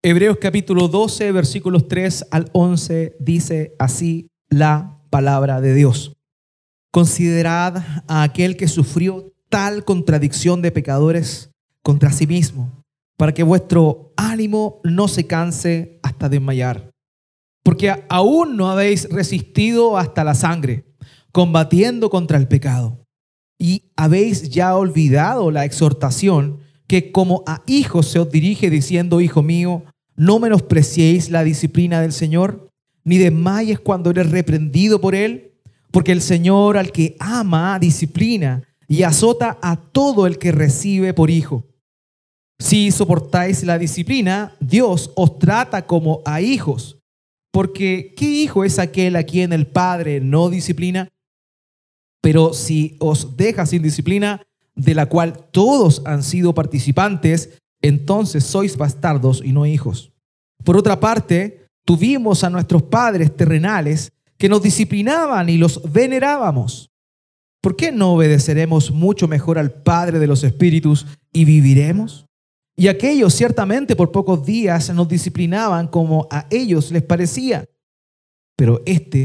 Hebreos capítulo 12, versículos 3 al 11, dice así la palabra de Dios. Considerad a aquel que sufrió tal contradicción de pecadores contra sí mismo, para que vuestro ánimo no se canse hasta desmayar. Porque aún no habéis resistido hasta la sangre, combatiendo contra el pecado. Y habéis ya olvidado la exhortación que como a hijos se os dirige diciendo: Hijo mío, no menospreciéis la disciplina del Señor, ni desmayes cuando eres reprendido por Él, porque el Señor al que ama disciplina y azota a todo el que recibe por hijo. Si soportáis la disciplina, Dios os trata como a hijos. Porque ¿qué hijo es aquel a quien el Padre no disciplina? Pero si os deja sin disciplina, de la cual todos han sido participantes, entonces sois bastardos y no hijos. Por otra parte, tuvimos a nuestros padres terrenales que nos disciplinaban y los venerábamos. ¿Por qué no obedeceremos mucho mejor al Padre de los Espíritus y viviremos? Y aquellos ciertamente por pocos días nos disciplinaban como a ellos les parecía, pero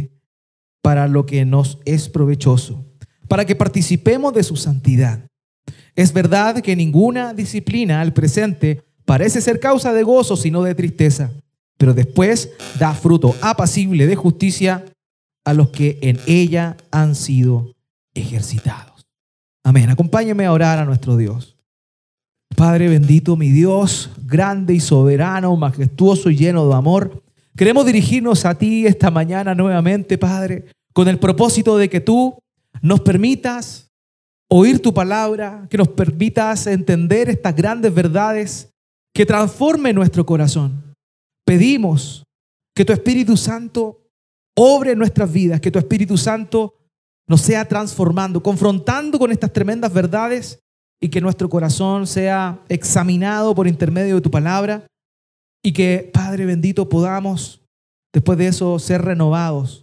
para lo que nos es provechoso, para que participemos de su santidad. Es verdad que ninguna disciplina al presente parece ser causa de gozo, sino de tristeza, pero después da fruto apacible de justicia a los que en ella han sido ejercitados. Amén. Acompáñenme a orar a nuestro Dios. Padre bendito, mi Dios, grande y soberano, majestuoso y lleno de amor, queremos dirigirnos a ti esta mañana nuevamente, Padre, con el propósito de que tú nos permitas oír tu palabra, que nos permitas entender estas grandes verdades que transformen nuestro corazón. Pedimos que tu Espíritu Santo obre en nuestras vidas, que tu Espíritu Santo nos sea transformando, confrontando con estas tremendas verdades, y que nuestro corazón sea examinado por intermedio de tu palabra, y que, Padre bendito, podamos después de eso ser renovados.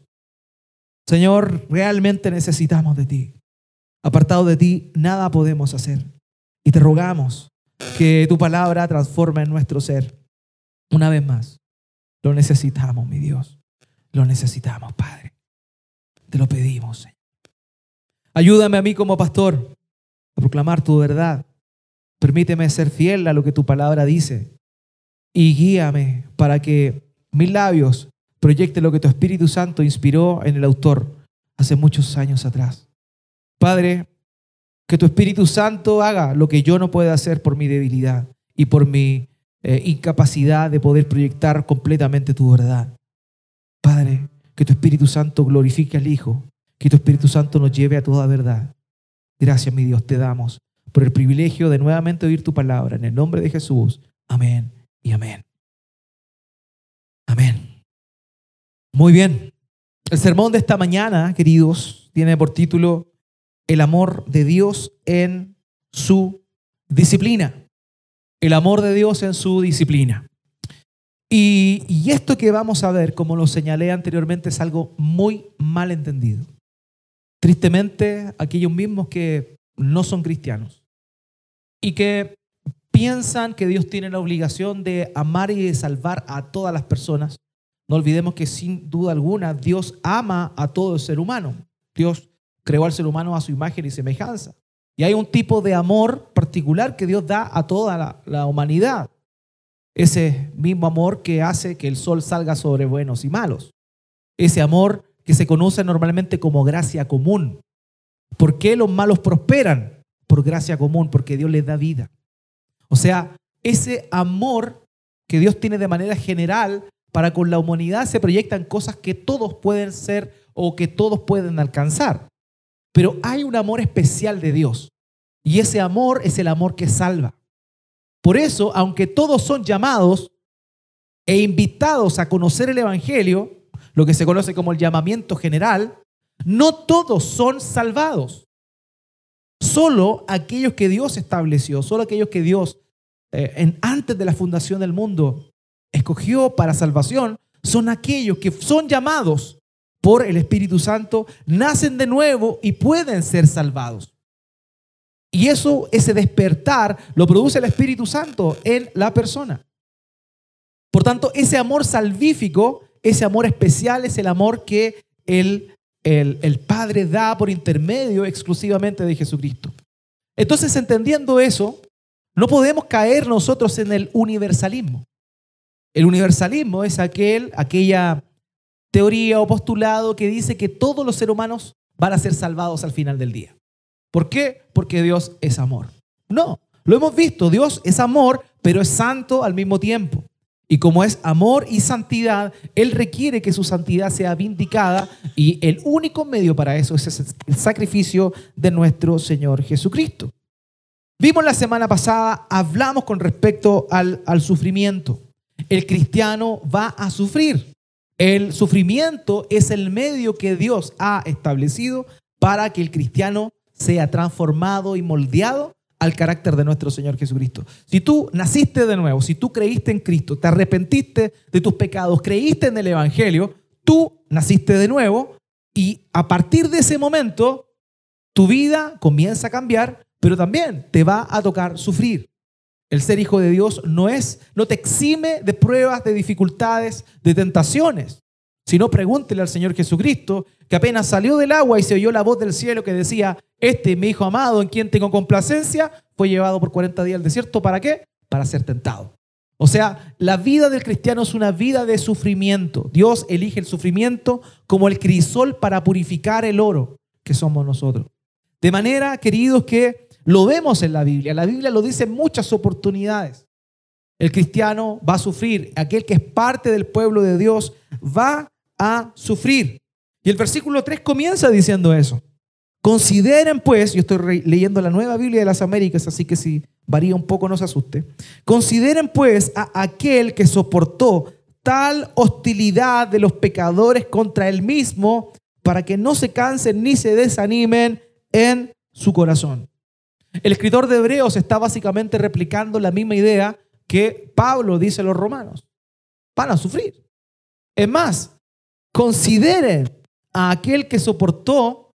Señor, realmente necesitamos de ti. Apartado de ti, nada podemos hacer. Y te rogamos que tu palabra transforme en nuestro ser. Una vez más, lo necesitamos, mi Dios. Lo necesitamos, Padre. Te lo pedimos, Señor. Ayúdame a mí como pastor a proclamar tu verdad. Permíteme ser fiel a lo que tu palabra dice. Y guíame para que mis labios proyecten lo que tu Espíritu Santo inspiró en el autor hace muchos años atrás. Padre, que tu Espíritu Santo haga lo que yo no puedo hacer por mi debilidad y por mi incapacidad de poder proyectar completamente tu verdad. Padre, que tu Espíritu Santo glorifique al Hijo, que tu Espíritu Santo nos lleve a toda verdad. Gracias, mi Dios, te damos por el privilegio de nuevamente oír tu palabra. En el nombre de Jesús. Amén y amén. Amén. Muy bien. El sermón de esta mañana, queridos, tiene por título El amor de Dios en su disciplina. El amor de Dios en su disciplina. Y esto que vamos a ver, como lo señalé anteriormente, es algo muy mal entendido. Tristemente, aquellos mismos que no son cristianos y que piensan que Dios tiene la obligación de amar y de salvar a todas las personas. No olvidemos que sin duda alguna Dios ama a todo el ser humano. Dios creó al ser humano a su imagen y semejanza. Y hay un tipo de amor particular que Dios da a toda la humanidad. Ese mismo amor que hace que el sol salga sobre buenos y malos. Ese amor que se conoce normalmente como gracia común. ¿Por qué los malos prosperan? Por gracia común, porque Dios les da vida. O sea, ese amor que Dios tiene de manera general para con la humanidad se proyectan cosas que todos pueden ser o que todos pueden alcanzar. Pero hay un amor especial de Dios y ese amor es el amor que salva. Por eso, aunque todos son llamados e invitados a conocer el Evangelio, lo que se conoce como el llamamiento general, no todos son salvados. Solo aquellos que Dios estableció, solo aquellos que Dios antes de la fundación del mundo escogió para salvación, son aquellos que son llamados por el Espíritu Santo, nacen de nuevo y pueden ser salvados. Y ese despertar lo produce el Espíritu Santo en la persona. Por tanto, ese amor salvífico, ese amor especial es el amor que el Padre da por intermedio exclusivamente de Jesucristo. Entonces, entendiendo eso, no podemos caer nosotros en el universalismo. El universalismo es aquella teoría o postulado que dice que todos los seres humanos van a ser salvados al final del día. ¿Por qué? Porque Dios es amor. No, lo hemos visto, Dios es amor, pero es santo al mismo tiempo. Y como es amor y santidad, Él requiere que su santidad sea vindicada y el único medio para eso es el sacrificio de nuestro Señor Jesucristo. Vimos la semana pasada, hablamos con respecto al sufrimiento. El cristiano va a sufrir. El sufrimiento es el medio que Dios ha establecido para que el cristiano sea transformado y moldeado al carácter de nuestro Señor Jesucristo. Si tú naciste de nuevo, si tú creíste en Cristo, te arrepentiste de tus pecados, creíste en el Evangelio, tú naciste de nuevo y a partir de ese momento tu vida comienza a cambiar, pero también te va a tocar sufrir. El ser hijo de Dios no te exime de pruebas, de dificultades, de tentaciones. Sino pregúntele al Señor Jesucristo, que apenas salió del agua y se oyó la voz del cielo que decía: este mi hijo amado en quien tengo complacencia, fue llevado por 40 días al desierto. ¿Para qué? Para ser tentado. O sea, la vida del cristiano es una vida de sufrimiento. Dios elige el sufrimiento como el crisol para purificar el oro que somos nosotros. De manera, queridos, que lo vemos en la Biblia. La Biblia lo dice en muchas oportunidades. El cristiano va a sufrir. Aquel que es parte del pueblo de Dios va a sufrir. Y el versículo 3 comienza diciendo eso. Consideren pues, yo estoy leyendo la Nueva Biblia de las Américas, así que si varía un poco no se asuste. Consideren pues a aquel que soportó tal hostilidad de los pecadores contra él mismo, para que no se cansen ni se desanimen en su corazón. El escritor de Hebreos está básicamente replicando la misma idea que Pablo dice a los romanos. Van a sufrir. Es más, consideren a aquel que soportó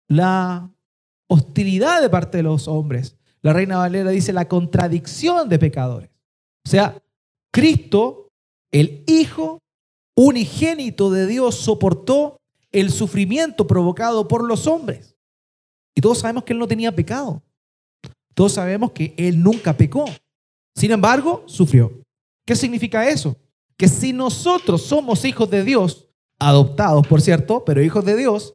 la hostilidad de parte de los hombres. La Reina Valera dice la contradicción de pecadores. O sea, Cristo, el Hijo unigénito de Dios, soportó el sufrimiento provocado por los hombres. Y todos sabemos que Él no tenía pecado. Todos sabemos que Él nunca pecó. Sin embargo, sufrió. ¿Qué significa eso? Que si nosotros somos hijos de Dios, adoptados por cierto, pero hijos de Dios,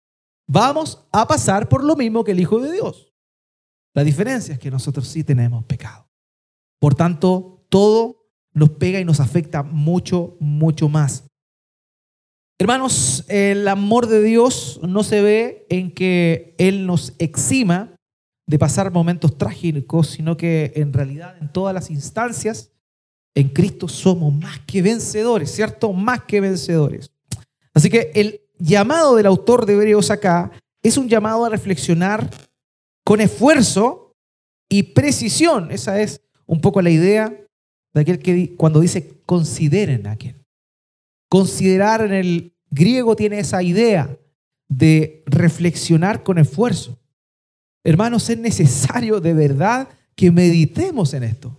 vamos a pasar por lo mismo que el Hijo de Dios. La diferencia es que nosotros sí tenemos pecado. Por tanto, todo nos pega y nos afecta mucho, mucho más. Hermanos, el amor de Dios no se ve en que Él nos exima de pasar momentos trágicos, sino que en realidad en todas las instancias en Cristo somos más que vencedores, ¿cierto? Más que vencedores. Así que el llamado del autor de Hebreos acá es un llamado a reflexionar con esfuerzo y precisión. Esa es un poco la idea de aquel que cuando dice consideren a aquel. Considerar en el griego tiene esa idea de reflexionar con esfuerzo. Hermanos, es necesario de verdad que meditemos en esto.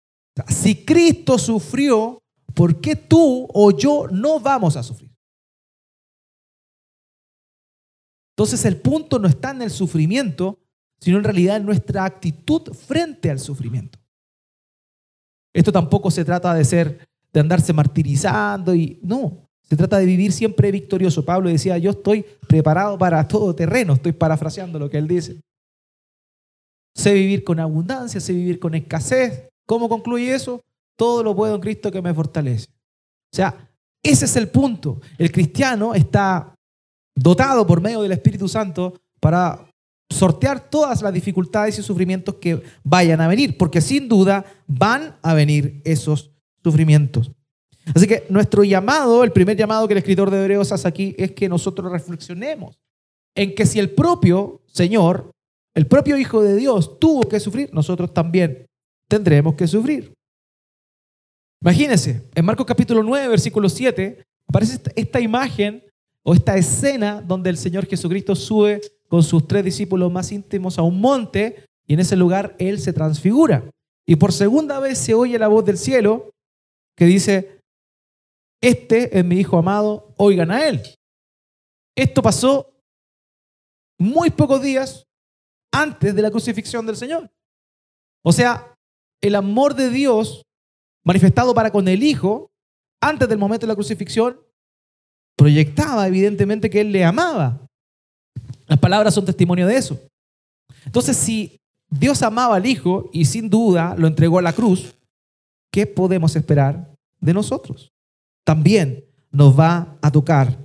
Si Cristo sufrió, ¿por qué tú o yo no vamos a sufrir? Entonces el punto no está en el sufrimiento, sino en realidad en nuestra actitud frente al sufrimiento. Esto tampoco se trata de andarse martirizando y no, se trata de vivir siempre victorioso. Pablo decía, yo estoy preparado para todo terreno, estoy parafraseando lo que él dice. Sé vivir con abundancia, sé vivir con escasez. ¿Cómo concluye eso? Todo lo puedo en Cristo que me fortalece. O sea, ese es el punto. El cristiano está dotado por medio del Espíritu Santo para sortear todas las dificultades y sufrimientos que vayan a venir, porque sin duda van a venir esos sufrimientos. Así que nuestro llamado, el primer llamado que el escritor de Hebreos hace aquí, es que nosotros reflexionemos en que si el propio Señor, el propio Hijo de Dios tuvo que sufrir, nosotros también tendremos que sufrir. Imagínense, en Marcos capítulo 9, versículo 7, aparece esta imagen o esta escena donde el Señor Jesucristo sube con sus 3 discípulos más íntimos a un monte y en ese lugar Él se transfigura. Y por segunda vez se oye la voz del cielo que dice, Este es mi Hijo amado, oigan a Él. Esto pasó muy pocos días antes de la crucifixión del Señor. O sea, el amor de Dios manifestado para con el Hijo antes del momento de la crucifixión proyectaba evidentemente que Él le amaba. Las palabras son testimonio de eso. Entonces, si Dios amaba al Hijo y sin duda lo entregó a la cruz, ¿qué podemos esperar de nosotros? También nos va a tocar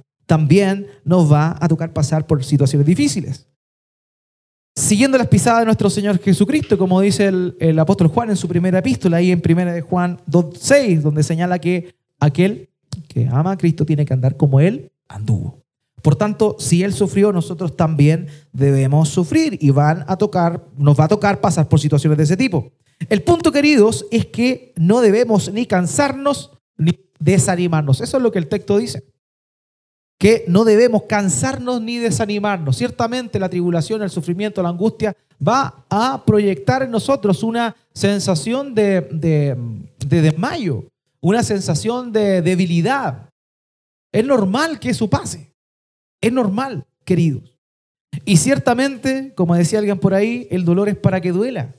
pasar por situaciones difíciles. Siguiendo las pisadas de nuestro Señor Jesucristo, como dice el apóstol Juan en su primera epístola, ahí en 1 de Juan 2:6, donde señala que aquel que ama a Cristo tiene que andar como Él anduvo. Por tanto, si Él sufrió, nosotros también debemos sufrir y nos va a tocar pasar por situaciones de ese tipo. El punto, queridos, es que no debemos ni cansarnos ni desanimarnos. Eso es lo que el texto dice. Que no debemos cansarnos ni desanimarnos. Ciertamente la tribulación, el sufrimiento, la angustia va a proyectar en nosotros una sensación de desmayo, una sensación de debilidad. Es normal que eso pase. Es normal, queridos. Y ciertamente, como decía alguien por ahí, el dolor es para que duela.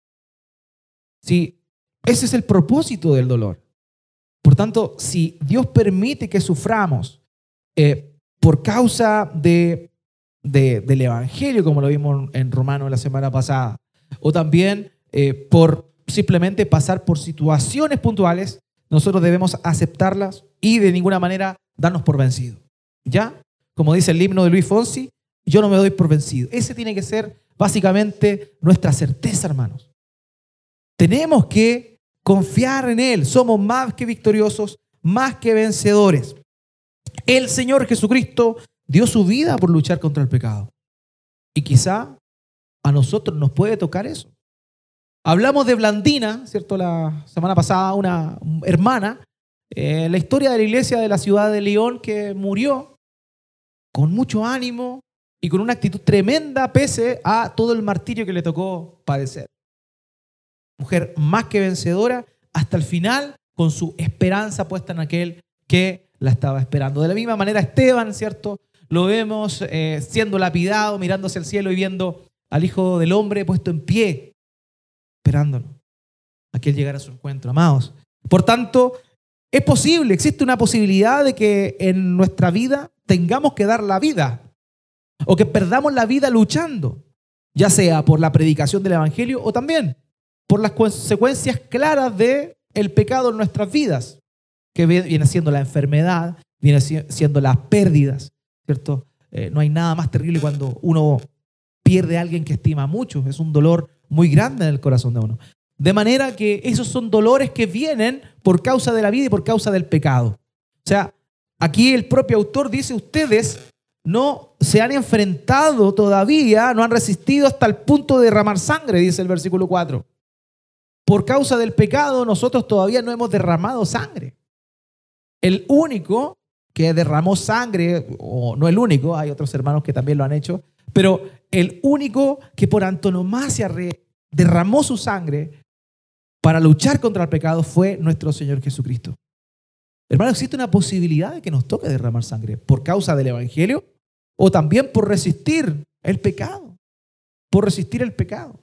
Sí, ese es el propósito del dolor. Por tanto, si Dios permite que suframos por causa del Evangelio, como lo vimos en Romanos la semana pasada, o también por simplemente pasar por situaciones puntuales, nosotros debemos aceptarlas y de ninguna manera darnos por vencidos. ¿Ya? Como dice el himno de Luis Fonsi, yo no me doy por vencido. Ese tiene que ser básicamente nuestra certeza, hermanos. Tenemos que confiar en Él. Somos más que victoriosos, más que vencedores. El Señor Jesucristo dio su vida por luchar contra el pecado. Y quizá a nosotros nos puede tocar eso. Hablamos de Blandina, ¿cierto? La semana pasada, una hermana, la historia de la iglesia de la ciudad de León que murió con mucho ánimo y con una actitud tremenda pese a todo el martirio que le tocó padecer. Mujer más que vencedora hasta el final, con su esperanza puesta en aquel que la estaba esperando. De la misma manera Esteban, ¿cierto? Lo vemos siendo lapidado, mirando hacia el cielo y viendo al Hijo del Hombre puesto en pie, esperándolo a que Él llegara a su encuentro. Amados, por tanto, es posible, existe una posibilidad de que en nuestra vida tengamos que dar la vida o que perdamos la vida luchando, ya sea por la predicación del Evangelio o también por las consecuencias claras del pecado en nuestras vidas, que viene siendo la enfermedad, viene siendo las pérdidas, ¿cierto? No hay nada más terrible cuando uno pierde a alguien que estima mucho. Es un dolor muy grande en el corazón de uno. De manera que esos son dolores que vienen por causa de la vida y por causa del pecado. O sea, aquí el propio autor dice, ustedes no se han enfrentado todavía, no han resistido hasta el punto de derramar sangre, dice el versículo 4. Por causa del pecado, nosotros todavía no hemos derramado sangre. El único que derramó sangre, o no el único, hay otros hermanos que también lo han hecho, pero el único que por antonomasia derramó su sangre para luchar contra el pecado fue nuestro Señor Jesucristo. Hermano, existe una posibilidad de que nos toque derramar sangre por causa del Evangelio o también por resistir el pecado. Por resistir el pecado.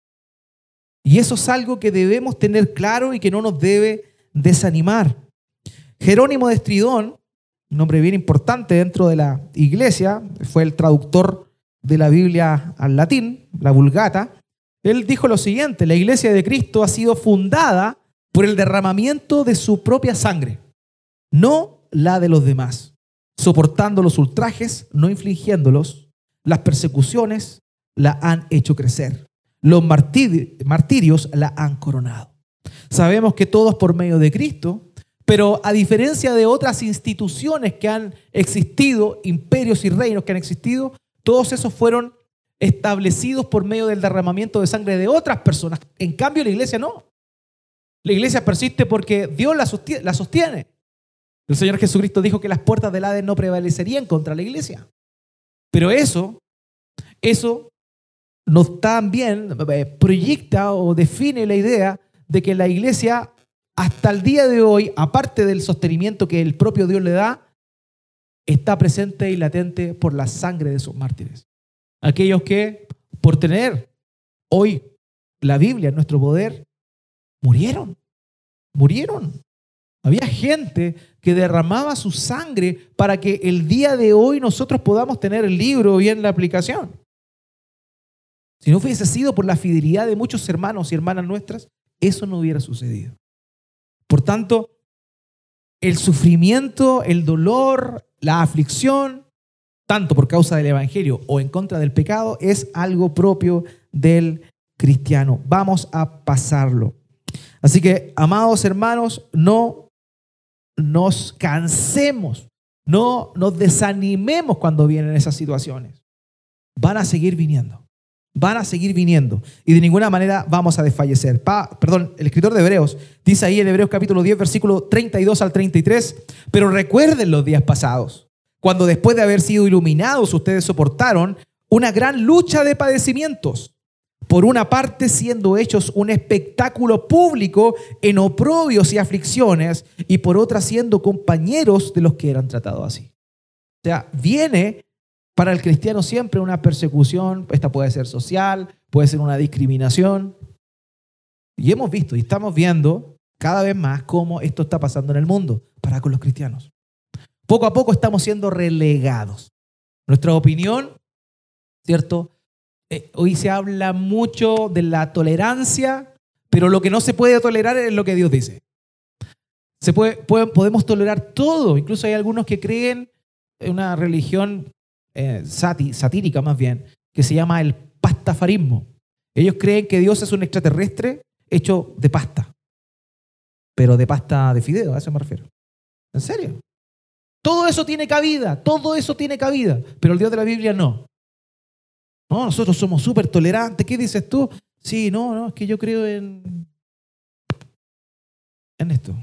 Y eso es algo que debemos tener claro y que no nos debe desanimar. Jerónimo de Estridón, un hombre bien importante dentro de la iglesia, fue el traductor de la Biblia al latín, la Vulgata. Él dijo lo siguiente: la iglesia de Cristo ha sido fundada por el derramamiento de su propia sangre, no la de los demás, soportando los ultrajes, no infligiéndolos. Las persecuciones la han hecho crecer. Los martirios la han coronado. Sabemos que todo es por medio de Cristo, pero a diferencia de otras instituciones que han existido, imperios y reinos que han existido, todos esos fueron establecidos por medio del derramamiento de sangre de otras personas. En cambio, la iglesia no. La iglesia persiste porque Dios la sostiene. El Señor Jesucristo dijo que las puertas del Hades no prevalecerían contra la iglesia. Pero eso nos también proyecta o define la idea de que la iglesia hasta el día de hoy, aparte del sostenimiento que el propio Dios le da, está presente y latente por la sangre de sus mártires. Aquellos que, por tener hoy la Biblia en nuestro poder, murieron. Había gente que derramaba su sangre para que el día de hoy nosotros podamos tener el libro y en la aplicación. Si no hubiese sido por la fidelidad de muchos hermanos y hermanas nuestras, eso no hubiera sucedido. Por tanto, el sufrimiento, el dolor, la aflicción, tanto por causa del evangelio o en contra del pecado, es algo propio del cristiano. Vamos a pasarlo. Así que, amados hermanos, no nos cansemos, no nos desanimemos cuando vienen esas situaciones. Van a seguir viniendo. Y de ninguna manera vamos a desfallecer. El escritor de Hebreos dice ahí en Hebreos capítulo 10, versículo 32 al 33, pero recuerden los días pasados, cuando después de haber sido iluminados ustedes soportaron una gran lucha de padecimientos, por una parte siendo hechos un espectáculo público en oprobios y aflicciones, y por otra siendo compañeros de los que eran tratados así. O sea, viene para el cristiano siempre una persecución. Esta puede ser social, puede ser una discriminación. Y hemos visto y estamos viendo cada vez más cómo esto está pasando en el mundo para con los cristianos. Poco a poco estamos siendo relegados. Nuestra opinión, ¿cierto? Hoy se habla mucho de la tolerancia, pero lo que no se puede tolerar es lo que Dios dice. Podemos tolerar todo. Incluso hay algunos que creen en una religión satírica más bien, que se llama el pastafarismo. Ellos creen que Dios es un extraterrestre hecho de pasta, pero de pasta de fideo, a eso me refiero. ¿En serio? Todo eso tiene cabida, pero el Dios de la Biblia no. No, nosotros somos súper tolerantes. ¿Qué dices tú? Sí, no, es que yo creo en esto.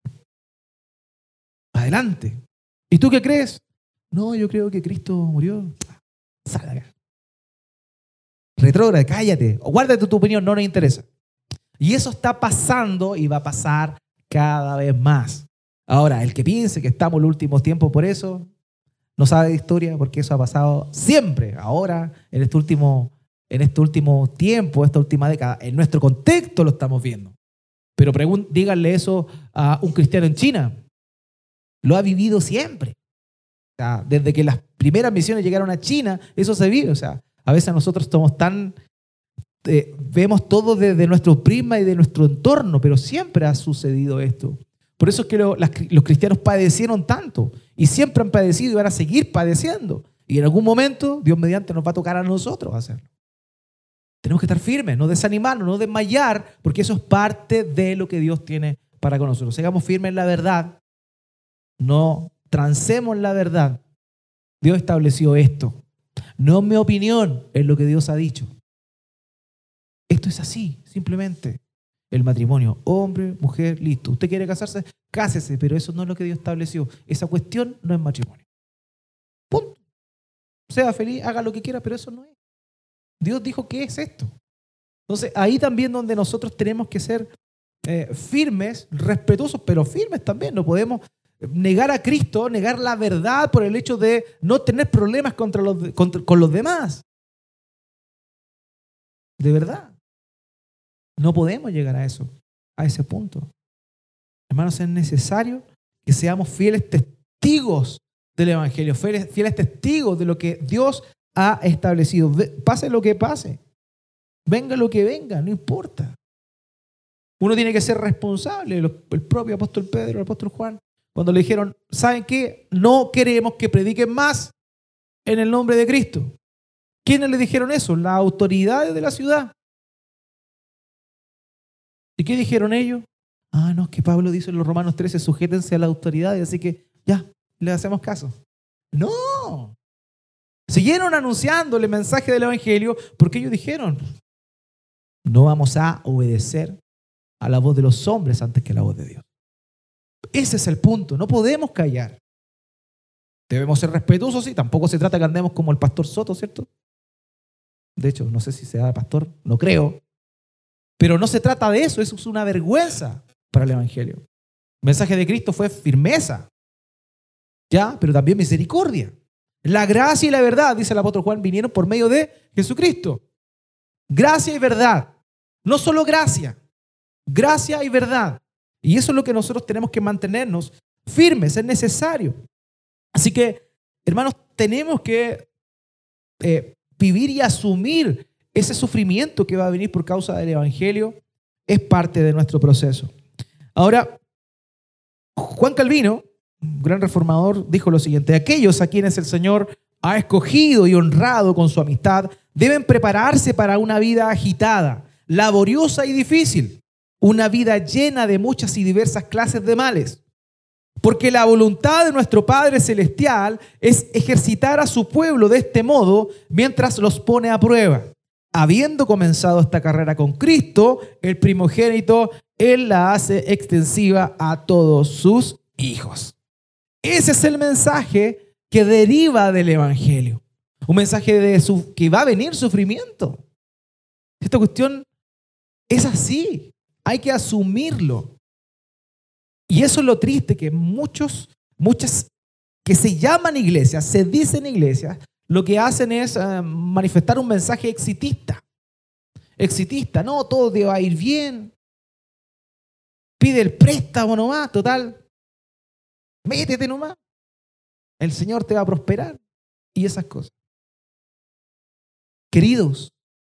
Adelante. ¿Y tú qué crees? No, yo creo que Cristo murió. Sal de acá. Retrógrado, cállate. O guárdate tu opinión, no nos interesa. Y eso está pasando y va a pasar cada vez más. Ahora, el que piense que estamos en los últimos tiempos por eso, no sabe de historia, porque eso ha pasado siempre. Ahora, en este último tiempo, esta última década, en nuestro contexto lo estamos viendo. Pero díganle eso a un cristiano en China. Lo ha vivido siempre. O sea, desde que las primeras misiones llegaron a China, eso se vive. O sea, a veces nosotros estamos vemos todo desde nuestro prisma y de nuestro entorno, pero siempre ha sucedido esto. Por eso es que los cristianos padecieron tanto y siempre han padecido y van a seguir padeciendo. Y en algún momento, Dios mediante, nos va a tocar a nosotros hacerlo. Tenemos que estar firmes, no desanimarnos, no desmayar, porque eso es parte de lo que Dios tiene para con nosotros. Sigamos firmes en la verdad, no transemos la verdad. Dios estableció esto. No es mi opinión, es lo que Dios ha dicho. Esto es así, simplemente. El matrimonio, hombre, mujer, listo. ¿Usted quiere casarse? Cásese, pero eso no es lo que Dios estableció. Esa cuestión no es matrimonio. Punto. Sea feliz, haga lo que quiera, pero eso no es. Dios dijo que es esto. Entonces, ahí también donde nosotros tenemos que ser firmes, respetuosos, pero firmes también. No podemos negar a Cristo, negar la verdad por el hecho de no tener problemas con los demás. De verdad. No podemos llegar a ese punto. Hermanos, es necesario que seamos fieles testigos del Evangelio, fieles testigos de lo que Dios ha establecido. Pase lo que pase, venga lo que venga, no importa. Uno tiene que ser responsable. El propio apóstol Pedro, el apóstol Juan, cuando le dijeron, ¿saben qué? No queremos que prediquen más en el nombre de Cristo. ¿Quiénes le dijeron eso? Las autoridades de la ciudad. ¿Y qué dijeron ellos? No, es que Pablo dice en los Romanos 13, sujétense a la autoridad, así que ya, le hacemos caso. No. Siguieron anunciándole el mensaje del Evangelio porque ellos dijeron, no vamos a obedecer a la voz de los hombres antes que a la voz de Dios. Ese es el punto, no podemos callar. Debemos ser respetuosos, sí, tampoco se trata que andemos como el pastor Soto, ¿cierto? De hecho, no sé si sea pastor, no creo. Pero no se trata de eso, eso es una vergüenza. para el Evangelio. El mensaje de Cristo fue firmeza, ¿ya? Pero también misericordia. La gracia y la verdad, dice el apóstol Juan, vinieron por medio de Jesucristo. Gracia y verdad. No solo gracia, gracia y verdad. Y eso es lo que nosotros tenemos que mantenernos firmes, es necesario. Así que, hermanos, tenemos que vivir y asumir ese sufrimiento que va a venir por causa del Evangelio. Es parte de nuestro proceso. Ahora, Juan Calvino, un gran reformador, dijo lo siguiente: aquellos a quienes el Señor ha escogido y honrado con su amistad deben prepararse para una vida agitada, laboriosa y difícil, una vida llena de muchas y diversas clases de males. Porque la voluntad de nuestro Padre Celestial es ejercitar a su pueblo de este modo mientras los pone a prueba. Habiendo comenzado esta carrera con Cristo, el primogénito, Él la hace extensiva a todos sus hijos. Ese es el mensaje que deriva del Evangelio. Un mensaje que va a venir sufrimiento. Esta cuestión es así. Hay que asumirlo. Y eso es lo triste, que muchas que se llaman iglesias, se dicen iglesias, lo que hacen es manifestar un mensaje exitista. Exitista, no, todo te va a ir bien. Pide el préstamo nomás, total. Métete nomás. El Señor te va a prosperar. Y esas cosas. Queridos,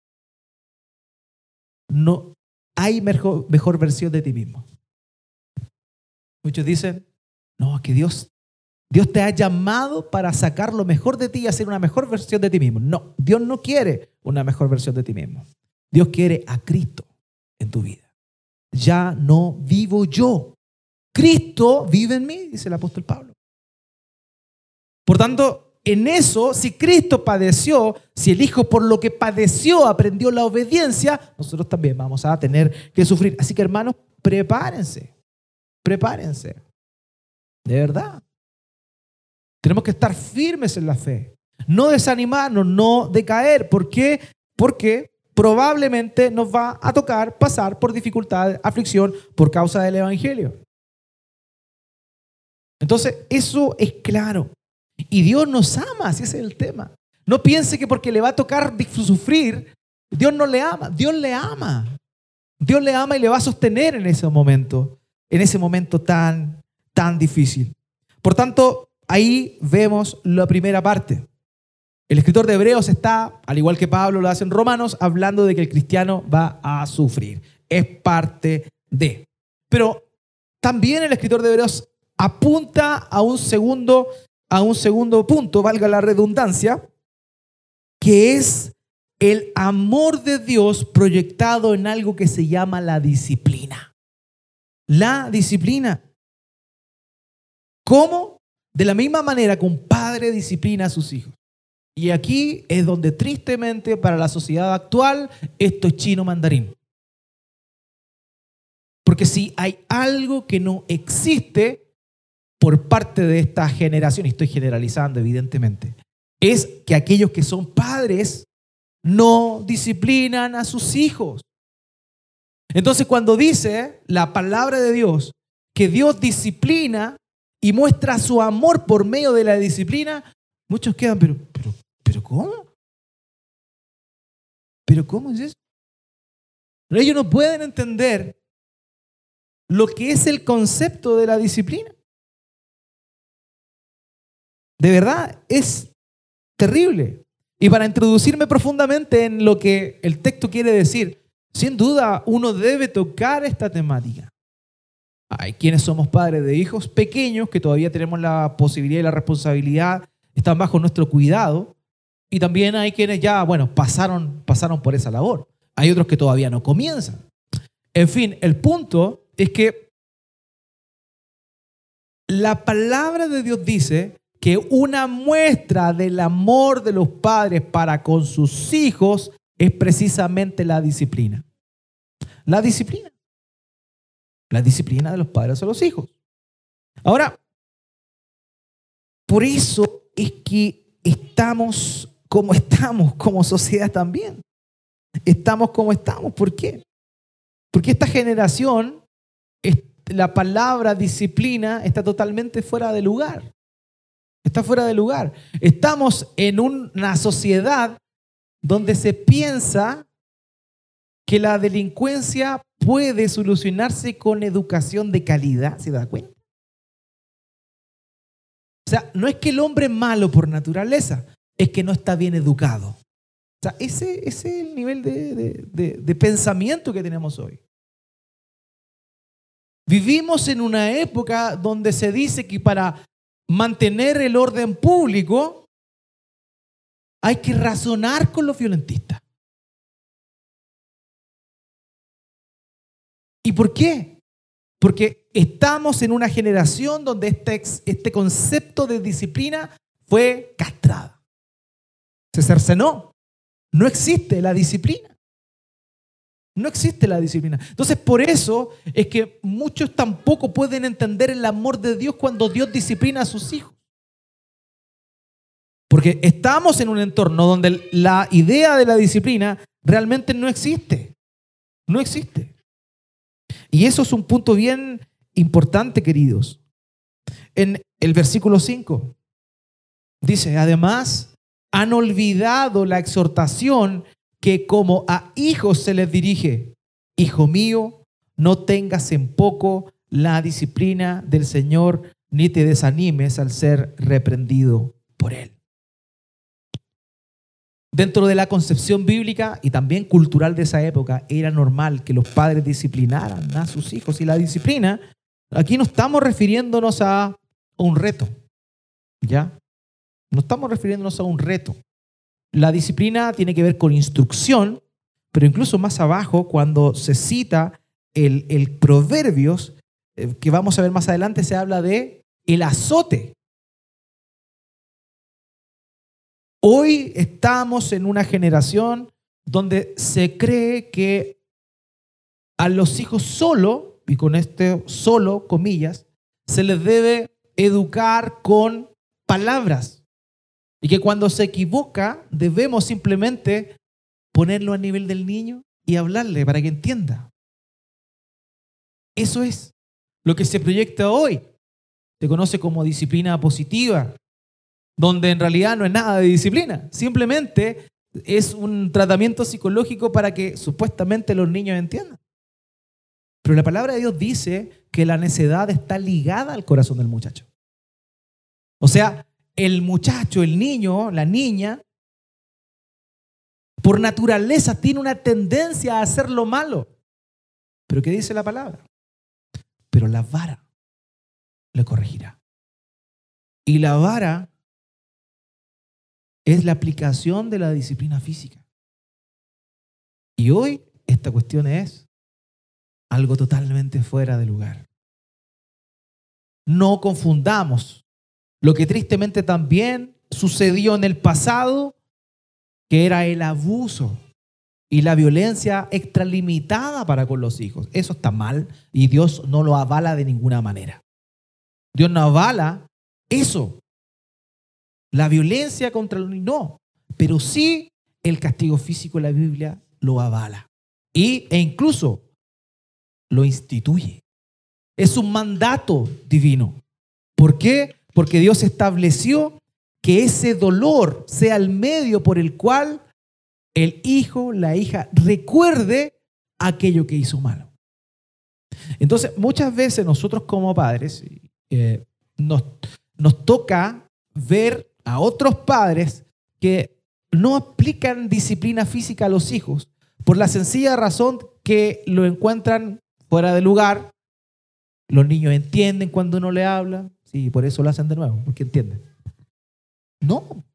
no hay mejor versión de ti mismo. Muchos dicen, no, que Dios te ha llamado para sacar lo mejor de ti y hacer una mejor versión de ti mismo. No, Dios no quiere una mejor versión de ti mismo. Dios quiere a Cristo en tu vida. Ya no vivo yo. Cristo vive en mí, dice el apóstol Pablo. Por tanto, en eso, si Cristo padeció, si el Hijo por lo que padeció aprendió la obediencia, nosotros también vamos a tener que sufrir. Así que, hermanos, prepárense. Prepárense. De verdad. Tenemos que estar firmes en la fe. No desanimarnos, no decaer. ¿Por qué? Porque probablemente nos va a tocar pasar por dificultad, aflicción por causa del Evangelio. Entonces, eso es claro. Y Dios nos ama, así es el tema. No piense que porque le va a tocar sufrir, Dios no le ama. Dios le ama. Dios le ama y le va a sostener en ese momento tan difícil. Por tanto, ahí vemos la primera parte. El escritor de Hebreos está, al igual que Pablo lo hace en Romanos, hablando de que el cristiano va a sufrir. Es parte de. Pero también el escritor de Hebreos apunta a un segundo punto, valga la redundancia, que es el amor de Dios proyectado en algo que se llama la disciplina. La disciplina. ¿Cómo? De la misma manera que un padre disciplina a sus hijos. Y aquí es donde tristemente para la sociedad actual esto es chino mandarín. Porque si hay algo que no existe por parte de esta generación, y estoy generalizando evidentemente, es que aquellos que son padres no disciplinan a sus hijos. Entonces, cuando dice la palabra de Dios que Dios disciplina y muestra su amor por medio de la disciplina, muchos quedan, pero ¿cómo? ¿Pero cómo es eso? Ellos no pueden entender lo que es el concepto de la disciplina. De verdad, es terrible. Y para introducirme profundamente en lo que el texto quiere decir, sin duda uno debe tocar esta temática. Hay quienes somos padres de hijos pequeños que todavía tenemos la posibilidad y la responsabilidad, están bajo nuestro cuidado. Y también hay quienes ya, pasaron por esa labor. Hay otros que todavía no comienzan. En fin, el punto es que la palabra de Dios dice que una muestra del amor de los padres para con sus hijos es precisamente la disciplina. La disciplina. La disciplina de los padres a los hijos. Ahora, por eso es que estamos como sociedad también. Estamos como estamos. ¿Por qué? Porque esta generación la palabra disciplina está totalmente fuera de lugar. Está fuera de lugar. Estamos en una sociedad donde se piensa que la delincuencia puede solucionarse con educación de calidad. ¿Se da cuenta? O sea, no es que el hombre es malo por naturaleza, es que no está bien educado. O sea, ese es el nivel de pensamiento que tenemos hoy. Vivimos en una época donde se dice que para mantener el orden público hay que razonar con los violentistas. ¿Y por qué? Porque estamos en una generación donde este concepto de disciplina fue castrado. Se cercenó. No existe la disciplina. No existe la disciplina. Entonces, por eso es que muchos tampoco pueden entender el amor de Dios cuando Dios disciplina a sus hijos. Porque estamos en un entorno donde la idea de la disciplina realmente no existe. No existe. Y eso es un punto bien importante, queridos. En el versículo 5 dice, además, han olvidado la exhortación que como a hijos se les dirige. Hijo mío, no tengas en poco la disciplina del Señor, ni te desanimes al ser reprendido por Él. Dentro de la concepción bíblica y también cultural de esa época, era normal que los padres disciplinaran a sus hijos. Y la disciplina, aquí no estamos refiriéndonos a un reto, ¿ya? No estamos refiriéndonos a un reto. La disciplina tiene que ver con instrucción, pero incluso más abajo, cuando se cita el Proverbios, que vamos a ver más adelante, se habla de el azote. Hoy estamos en una generación donde se cree que a los hijos solo, y con este solo, comillas, se les debe educar con palabras. Y que cuando se equivoca debemos simplemente ponerlo a nivel del niño y hablarle para que entienda. Eso es lo que se proyecta hoy. Se conoce como disciplina positiva, donde en realidad no es nada de disciplina. Simplemente es un tratamiento psicológico para que supuestamente los niños entiendan. Pero la palabra de Dios dice que la necedad está ligada al corazón del muchacho. O sea, el muchacho, el niño, la niña, por naturaleza tiene una tendencia a hacer lo malo. ¿Pero qué dice la palabra? Pero la vara le corregirá. Y la vara es la aplicación de la disciplina física. Y hoy esta cuestión es algo totalmente fuera de lugar. No confundamos lo que tristemente también sucedió en el pasado, que era el abuso y la violencia extralimitada para con los hijos. Eso está mal y Dios no lo avala de ninguna manera. Dios no avala eso. La violencia contra los niños, no. Pero sí el castigo físico en la Biblia lo avala. E incluso lo instituye. Es un mandato divino. ¿Por qué? Porque Dios estableció que ese dolor sea el medio por el cual el hijo, la hija, recuerde aquello que hizo malo. Entonces, muchas veces nosotros como padres nos toca ver a otros padres que no aplican disciplina física a los hijos por la sencilla razón que lo encuentran fuera de lugar. Los niños entienden cuando uno le habla. Sí, por eso lo hacen de nuevo, porque entienden. No.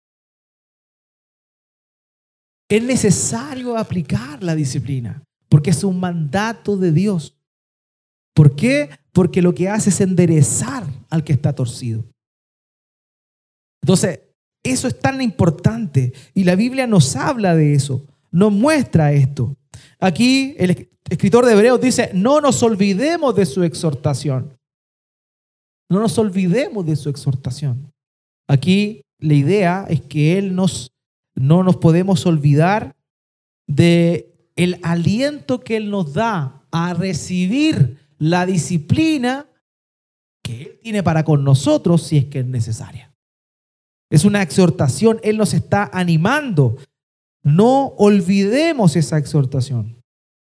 Es necesario aplicar la disciplina, porque es un mandato de Dios. ¿Por qué? Porque lo que hace es enderezar al que está torcido. Entonces, eso es tan importante y la Biblia nos habla de eso, nos muestra esto. Aquí el escritor de Hebreos dice, no nos olvidemos de su exhortación. No nos olvidemos de su exhortación. Aquí la idea es que no nos podemos olvidar de el aliento que Él nos da a recibir la disciplina que Él tiene para con nosotros si es que es necesaria. Es una exhortación, Él nos está animando. No olvidemos esa exhortación.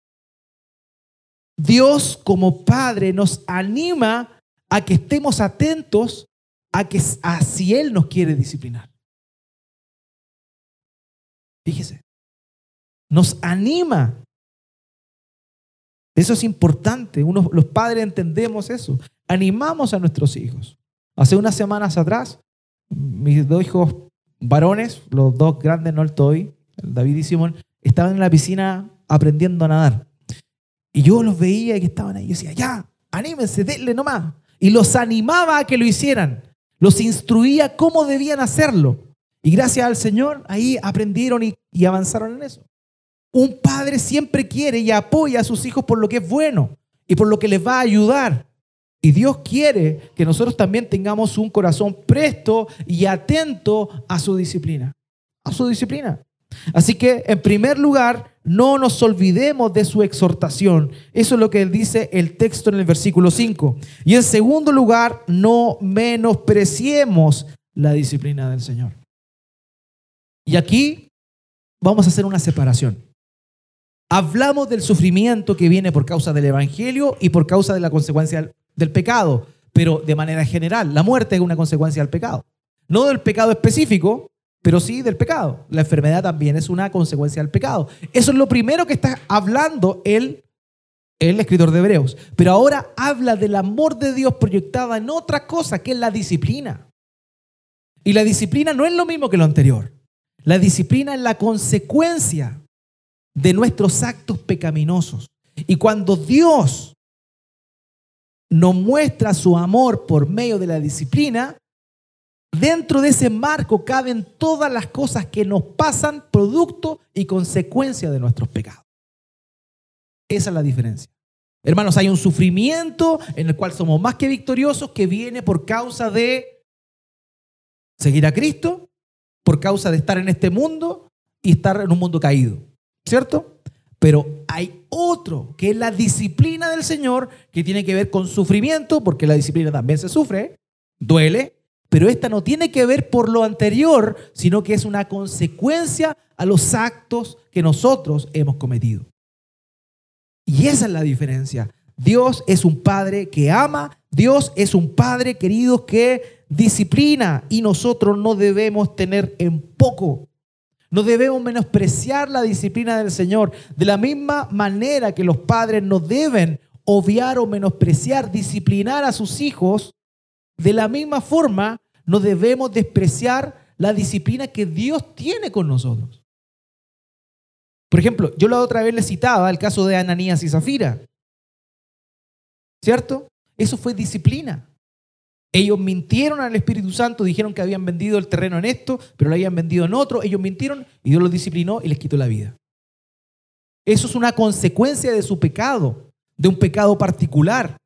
Dios como Padre nos anima a que estemos atentos a si Él nos quiere disciplinar. Fíjese, nos anima. Eso es importante. Los padres entendemos eso. Animamos a nuestros hijos. Hace unas semanas atrás, mis dos hijos varones, los dos grandes, no el Toby, el David y Simón, estaban en la piscina aprendiendo a nadar. Y yo los veía que estaban ahí. Yo decía, ya, anímense, denle nomás. Y los animaba a que lo hicieran. Los instruía cómo debían hacerlo. Y gracias al Señor, ahí aprendieron y avanzaron en eso. Un padre siempre quiere y apoya a sus hijos por lo que es bueno y por lo que les va a ayudar. Y Dios quiere que nosotros también tengamos un corazón presto y atento a su disciplina. A su disciplina. Así que, en primer lugar, no nos olvidemos de su exhortación. Eso es lo que dice el texto en el versículo 5. Y en segundo lugar, no menospreciemos la disciplina del Señor. Y aquí vamos a hacer una separación. Hablamos del sufrimiento que viene por causa del evangelio y por causa de la consecuencia del pecado, pero de manera general, la muerte es una consecuencia del pecado. No del pecado específico, pero sí del pecado. La enfermedad también es una consecuencia del pecado. Eso es lo primero que está hablando el escritor de Hebreos. Pero ahora habla del amor de Dios proyectada en otra cosa, que es la disciplina. Y la disciplina no es lo mismo que lo anterior. La disciplina es la consecuencia de nuestros actos pecaminosos. Y cuando Dios nos muestra su amor por medio de la disciplina, dentro de ese marco caben todas las cosas que nos pasan producto y consecuencia de nuestros pecados. Esa es la diferencia. Hermanos, hay un sufrimiento en el cual somos más que victoriosos que viene por causa de seguir a Cristo, por causa de estar en este mundo y estar en un mundo caído, ¿cierto? Pero hay otro, que es la disciplina del Señor, que tiene que ver con sufrimiento, porque la disciplina también se sufre, duele, pero esta no tiene que ver por lo anterior, sino que es una consecuencia a los actos que nosotros hemos cometido. Y esa es la diferencia. Dios es un Padre que ama, Dios es un Padre, queridos, que disciplina, y nosotros no debemos tener en poco. No debemos menospreciar la disciplina del Señor. De la misma manera que los padres no deben obviar o menospreciar, disciplinar a sus hijos, de la misma forma no debemos despreciar la disciplina que Dios tiene con nosotros. Por ejemplo, yo la otra vez les citaba el caso de Ananías y Zafira, ¿cierto? Eso fue disciplina. Ellos mintieron al Espíritu Santo, dijeron que habían vendido el terreno en esto, pero lo habían vendido en otro. Ellos mintieron y Dios los disciplinó y les quitó la vida. Eso es una consecuencia de su pecado, de un pecado particular.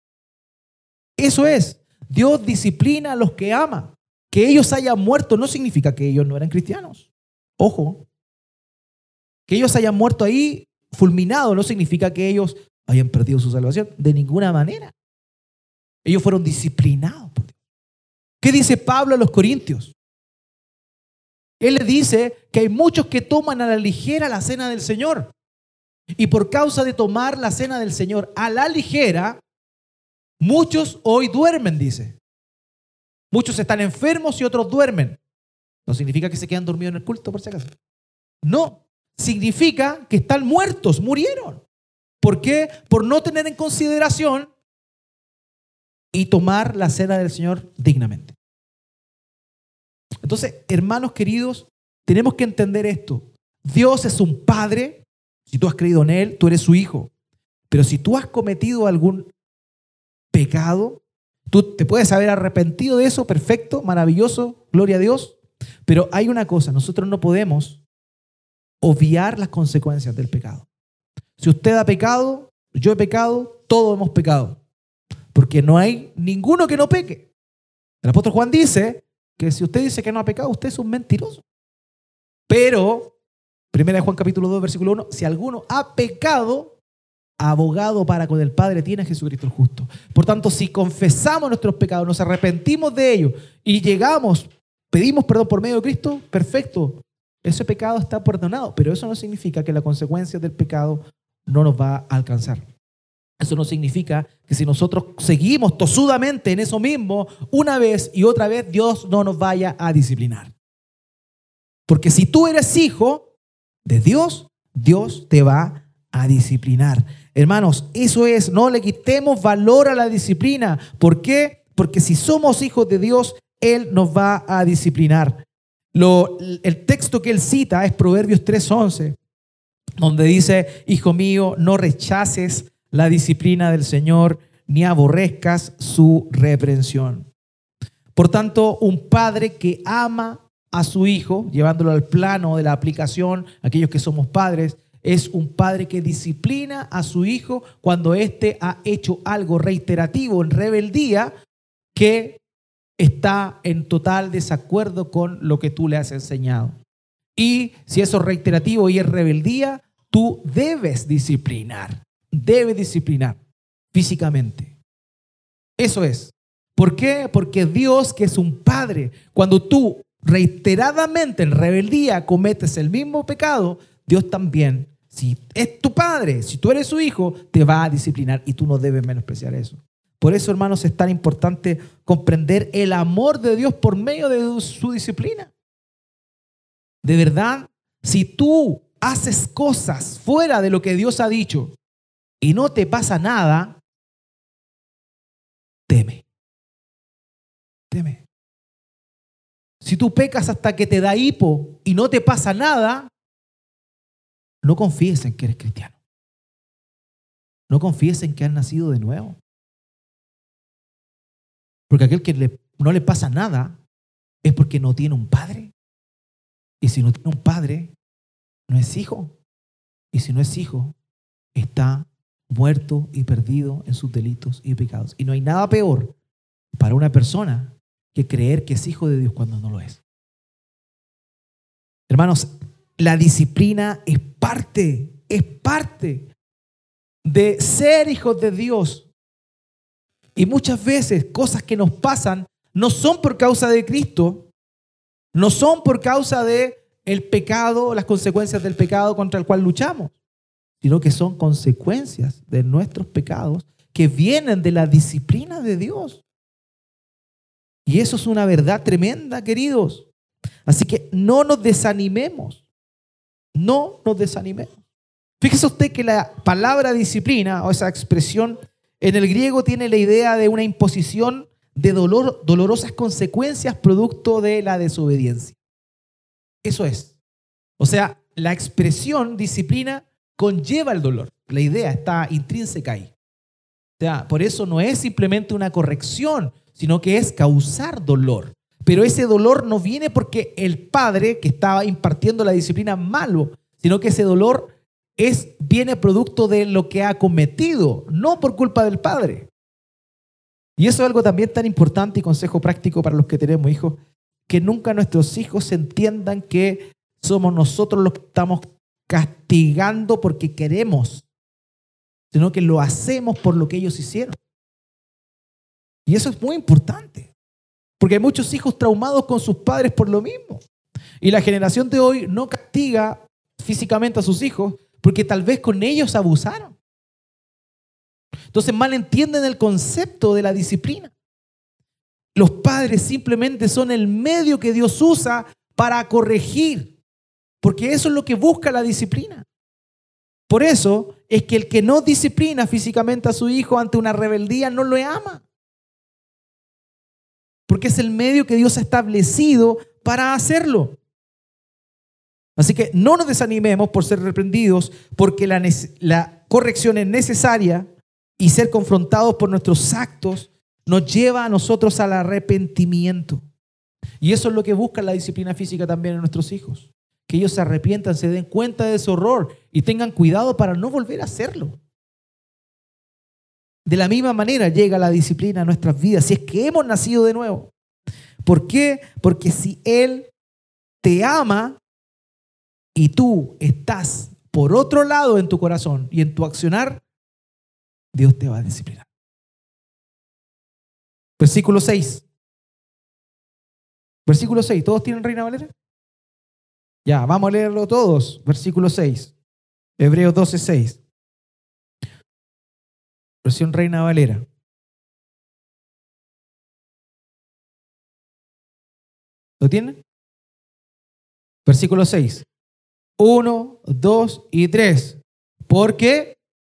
Eso es. Dios disciplina a los que ama. Que ellos hayan muerto no significa que ellos no eran cristianos. Ojo. Que ellos hayan muerto ahí fulminados no significa que ellos hayan perdido su salvación. De ninguna manera. Ellos fueron disciplinados por Dios. ¿Qué dice Pablo a los Corintios? Él les dice que hay muchos que toman a la ligera la cena del Señor. Y por causa de tomar la cena del Señor a la ligera, muchos hoy duermen, dice. Muchos están enfermos y otros duermen. No significa que se quedan dormidos en el culto, por si acaso. No, significa que están muertos, murieron. ¿Por qué? Por no tener en consideración y tomar la cena del Señor dignamente. Entonces, hermanos queridos, tenemos que entender esto. Dios es un Padre. Si tú has creído en Él, tú eres su hijo. Pero si tú has cometido algún pecado, tú te puedes haber arrepentido de eso, perfecto, maravilloso, gloria a Dios. Pero hay una cosa, nosotros no podemos obviar las consecuencias del pecado. Si usted ha pecado, yo he pecado, todos hemos pecado. Porque no hay ninguno que no peque. El apóstol Juan dice que si usted dice que no ha pecado, usted es un mentiroso. Pero, 1 Juan capítulo 2, versículo 1, si alguno ha pecado, abogado para con el Padre tiene a Jesucristo el justo. Por tanto, si confesamos nuestros pecados, nos arrepentimos de ellos y pedimos perdón por medio de Cristo, perfecto. Ese pecado está perdonado, pero eso no significa que la consecuencia del pecado no nos va a alcanzar. Eso no significa que si nosotros seguimos tosudamente en eso mismo, una vez y otra vez, Dios no nos vaya a disciplinar. Porque si tú eres hijo de Dios, Dios te va a disciplinar. Hermanos, eso es, no le quitemos valor a la disciplina. ¿Por qué? Porque si somos hijos de Dios, Él nos va a disciplinar. El texto que él cita es Proverbios 3:11, donde dice: hijo mío, no rechaces la disciplina del Señor, ni aborrezcas su reprensión. Por tanto, un padre que ama a su hijo, llevándolo al plano de la aplicación, aquellos que somos padres, es un padre que disciplina a su hijo cuando éste ha hecho algo reiterativo en rebeldía que está en total desacuerdo con lo que tú le has enseñado. Y si eso es reiterativo y es rebeldía, tú debes disciplinar físicamente. Eso es. ¿Por qué? Porque Dios, que es un padre, cuando tú reiteradamente en rebeldía cometes el mismo pecado, Dios también, si es tu padre, si tú eres su hijo, te va a disciplinar y tú no debes menospreciar eso. Por eso, hermanos, es tan importante comprender el amor de Dios por medio de su disciplina. De verdad, si tú haces cosas fuera de lo que Dios ha dicho y no te pasa nada, teme. Teme. Si tú pecas hasta que te da hipo y no te pasa nada, no confíes en que eres cristiano. No confíes en que has nacido de nuevo. Porque aquel que no le pasa nada es porque no tiene un padre. Y si no tiene un padre, no es hijo. Y si no es hijo, está muerto y perdido en sus delitos y pecados. Y no hay nada peor para una persona que creer que es hijo de Dios cuando no lo es. Hermanos, la disciplina es parte de ser hijos de Dios. Y muchas veces cosas que nos pasan no son por causa de Cristo, no son por causa de el pecado, las consecuencias del pecado contra el cual luchamos, sino que son consecuencias de nuestros pecados que vienen de la disciplina de Dios. Y eso es una verdad tremenda, queridos. Así que no nos desanimemos. No nos desanimemos. Fíjese usted que la palabra disciplina, o esa expresión, en el griego tiene la idea de una imposición de dolorosas consecuencias producto de la desobediencia. Eso es. O sea, la expresión disciplina conlleva el dolor. La idea está intrínseca ahí. O sea, por eso no es simplemente una corrección, sino que es causar dolor. Pero ese dolor no viene porque el padre que estaba impartiendo la disciplina es malo, sino que ese dolor viene producto de lo que ha cometido, no por culpa del padre. Y eso es algo también tan importante y consejo práctico para los que tenemos hijos, que nunca nuestros hijos entiendan que somos nosotros los que estamos castigando porque queremos, sino que lo hacemos por lo que ellos hicieron. Y eso es muy importante, porque hay muchos hijos traumados con sus padres por lo mismo. Y la generación de hoy no castiga físicamente a sus hijos porque tal vez con ellos abusaron. Entonces malentienden el concepto de la disciplina. Los padres simplemente son el medio que Dios usa para corregir, porque eso es lo que busca la disciplina. Por eso es que el que no disciplina físicamente a su hijo ante una rebeldía no lo ama, porque es el medio que Dios ha establecido para hacerlo. Así que no nos desanimemos por ser reprendidos, porque la corrección es necesaria y ser confrontados por nuestros actos nos lleva a nosotros al arrepentimiento. Y eso es lo que busca la disciplina física también en nuestros hijos. Que ellos se arrepientan, se den cuenta de su error y tengan cuidado para no volver a hacerlo. De la misma manera llega la disciplina a nuestras vidas, si es que hemos nacido de nuevo. ¿Por qué? Porque si Él te ama y tú estás por otro lado en tu corazón y en tu accionar, Dios te va a disciplinar. Versículo 6. Versículo 6. ¿Todos tienen Reina Valera? Ya, vamos a leerlo todos. Versículo 6. Hebreos 12:6. Versión Reina Valera. ¿Lo tienen? Versículo 6. 1, 2 y 3. Porque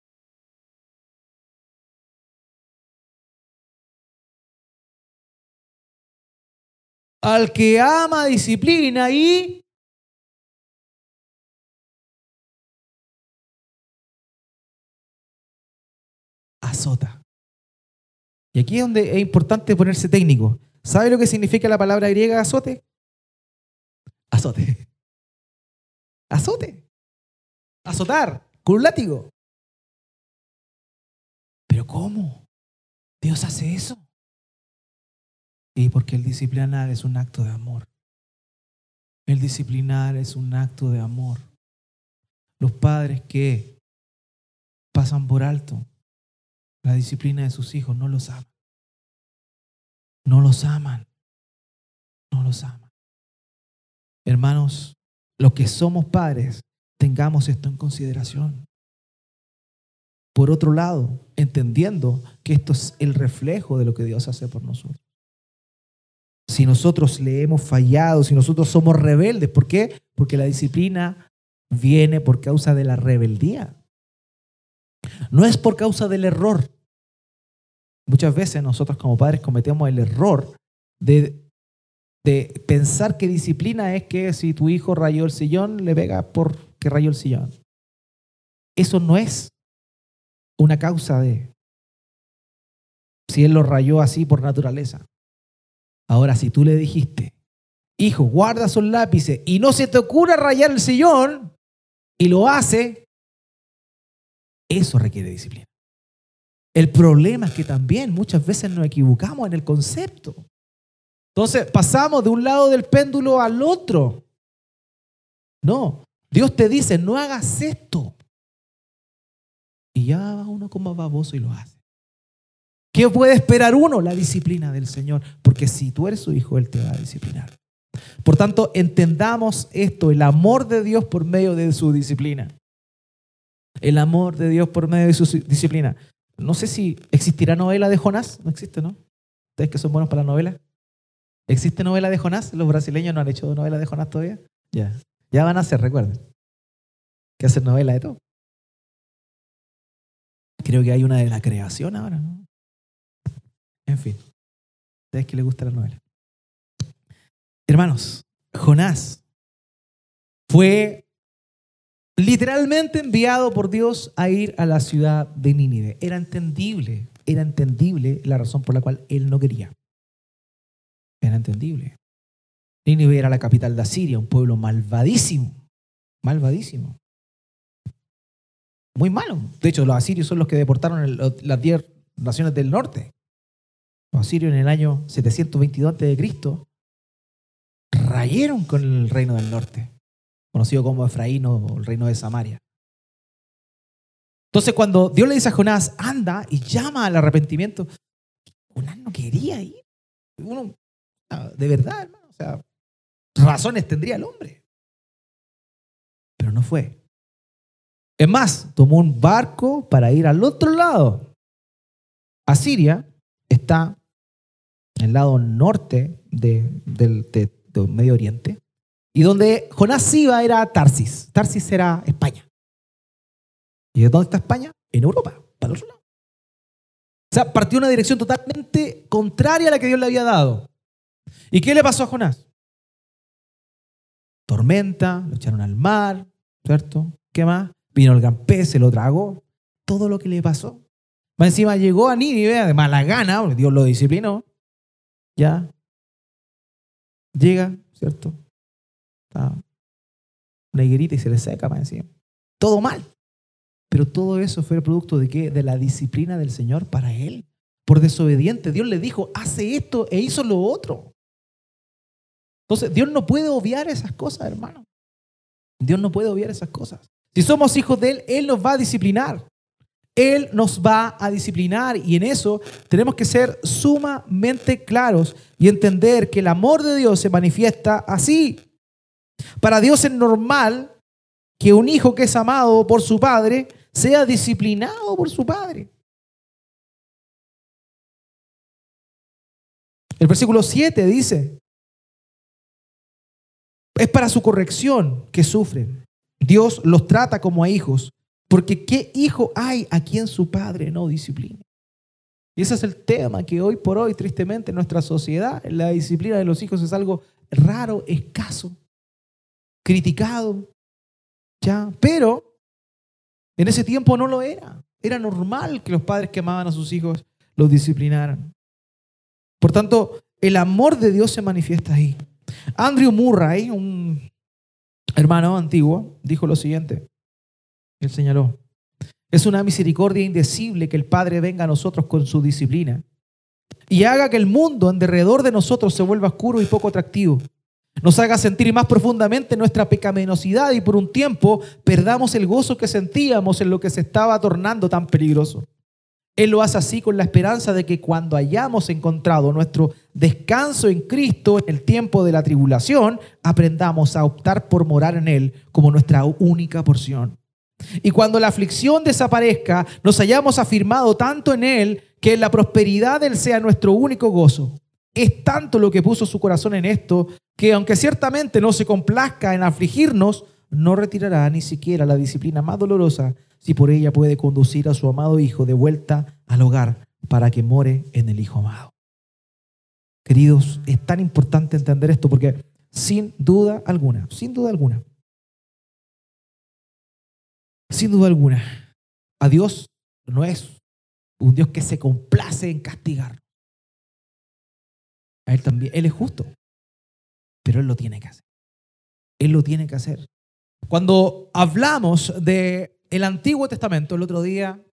al que ama disciplina y azota. Y aquí es donde es importante ponerse técnico. ¿Sabe lo que significa la palabra griega azote? Azote. Azote. Azotar con un látigo. ¿Pero cómo? ¿Dios hace eso? Y porque el disciplinar es un acto de amor. El disciplinar es un acto de amor. Los padres que pasan por alto la disciplina de sus hijos no los aman. No los aman. No los aman. Hermanos, los que somos padres, tengamos esto en consideración. Por otro lado, entendiendo que esto es el reflejo de lo que Dios hace por nosotros. Si nosotros le hemos fallado, si nosotros somos rebeldes, ¿por qué? Porque la disciplina viene por causa de la rebeldía. No es por causa del error. Muchas veces nosotros como padres cometemos el error de pensar que disciplina es que si tu hijo rayó el sillón, le pegas porque rayó el sillón. Eso no es una causa de si él lo rayó así por naturaleza. Ahora, si tú le dijiste, hijo, guarda esos lápices y no se te ocurra rayar el sillón y lo hace, eso requiere disciplina. El problema es que también muchas veces nos equivocamos en el concepto. Entonces pasamos de un lado del péndulo al otro. No, Dios te dice, no hagas esto. Y ya va uno como baboso y lo hace. ¿Qué puede esperar uno? La disciplina del Señor. Porque si tú eres su hijo, Él te va a disciplinar. Por tanto, entendamos esto, el amor de Dios por medio de su disciplina. El amor de Dios por medio de su disciplina. No sé si existirá novela de Jonás. No existe, ¿no? Ustedes que son buenos para la novela. ¿Existe novela de Jonás? Los brasileños no han hecho novela de Jonás todavía. Ya van a hacer, recuerden. Que hacen novela de todo. Creo que hay una de la creación ahora, ¿no? En fin. ¿Ustedes que les gusta la novela? Hermanos, Jonás fue literalmente enviado por Dios a ir a la ciudad de Nínive. Era entendible la razón por la cual él no quería. Era entendible. Nínive era la capital de Asiria, un pueblo malvadísimo. Malvadísimo. Muy malo. De hecho, los asirios son los que deportaron las 10 naciones del norte. Los asirios en el año 722 a.C. rayeron con el reino del norte, conocido como Efraín o el reino de Samaria. Entonces, cuando Dios le dice a Jonás, anda y llama al arrepentimiento, Jonás no quería ir. Uno, de verdad, hermano, o sea, razones tendría el hombre. Pero no fue. Es más, tomó un barco para ir al otro lado. Asiria está en el lado norte del Medio Oriente. Y donde Jonás iba era Tarsis. Tarsis era España. ¿Y de dónde está España? En Europa, para el otro lado. O sea, partió en una dirección totalmente contraria a la que Dios le había dado. ¿Y qué le pasó a Jonás? Tormenta, lo echaron al mar, ¿cierto? ¿Qué más? Vino el gran pez, se lo tragó. Todo lo que le pasó. Más encima llegó a Nínive de mala gana, porque Dios lo disciplinó. Ya. Llega, ¿cierto? Una higuerita y se le seca más encima. Todo mal. Pero todo eso fue el producto de ¿qué? De la disciplina del Señor para él. Por desobediente, Dios le dijo, hace esto e hizo lo otro. Entonces, Dios no puede obviar esas cosas, hermano. Dios no puede obviar esas cosas. Si somos hijos de Él, Él nos va a disciplinar. Él nos va a disciplinar y en eso tenemos que ser sumamente claros y entender que el amor de Dios se manifiesta así. Para Dios es normal que un hijo que es amado por su padre sea disciplinado por su padre. El versículo 7 dice, es para su corrección que sufren. Dios los trata como a hijos, porque ¿qué hijo hay a quien su padre no disciplina? Y ese es el tema que hoy por hoy, tristemente, en nuestra sociedad, la disciplina de los hijos es algo raro, escaso, criticado, ¿ya? Pero en ese tiempo no lo era. Era normal que los padres que amaban a sus hijos los disciplinaran. Por tanto, el amor de Dios se manifiesta ahí. Andrew Murray, un hermano antiguo, dijo lo siguiente. Él señaló, es una misericordia indecible que el Padre venga a nosotros con su disciplina y haga que el mundo en derredor de nosotros se vuelva oscuro y poco atractivo. Nos haga sentir más profundamente nuestra pecaminosidad y por un tiempo perdamos el gozo que sentíamos en lo que se estaba tornando tan peligroso. Él lo hace así con la esperanza de que cuando hayamos encontrado nuestro descanso en Cristo en el tiempo de la tribulación, aprendamos a optar por morar en Él como nuestra única porción. Y cuando la aflicción desaparezca, nos hayamos afirmado tanto en Él que en la prosperidad de Él sea nuestro único gozo. Es tanto lo que puso su corazón en esto que aunque ciertamente no se complazca en afligirnos, no retirará ni siquiera la disciplina más dolorosa si por ella puede conducir a su amado Hijo de vuelta al hogar para que more en el Hijo amado. Queridos, es tan importante entender esto porque sin duda alguna, a Dios no es un Dios que se complace en castigar. A Él también, Él es justo, pero Él lo tiene que hacer. Él lo tiene que hacer. Cuando hablamos del Antiguo Testamento, el otro día,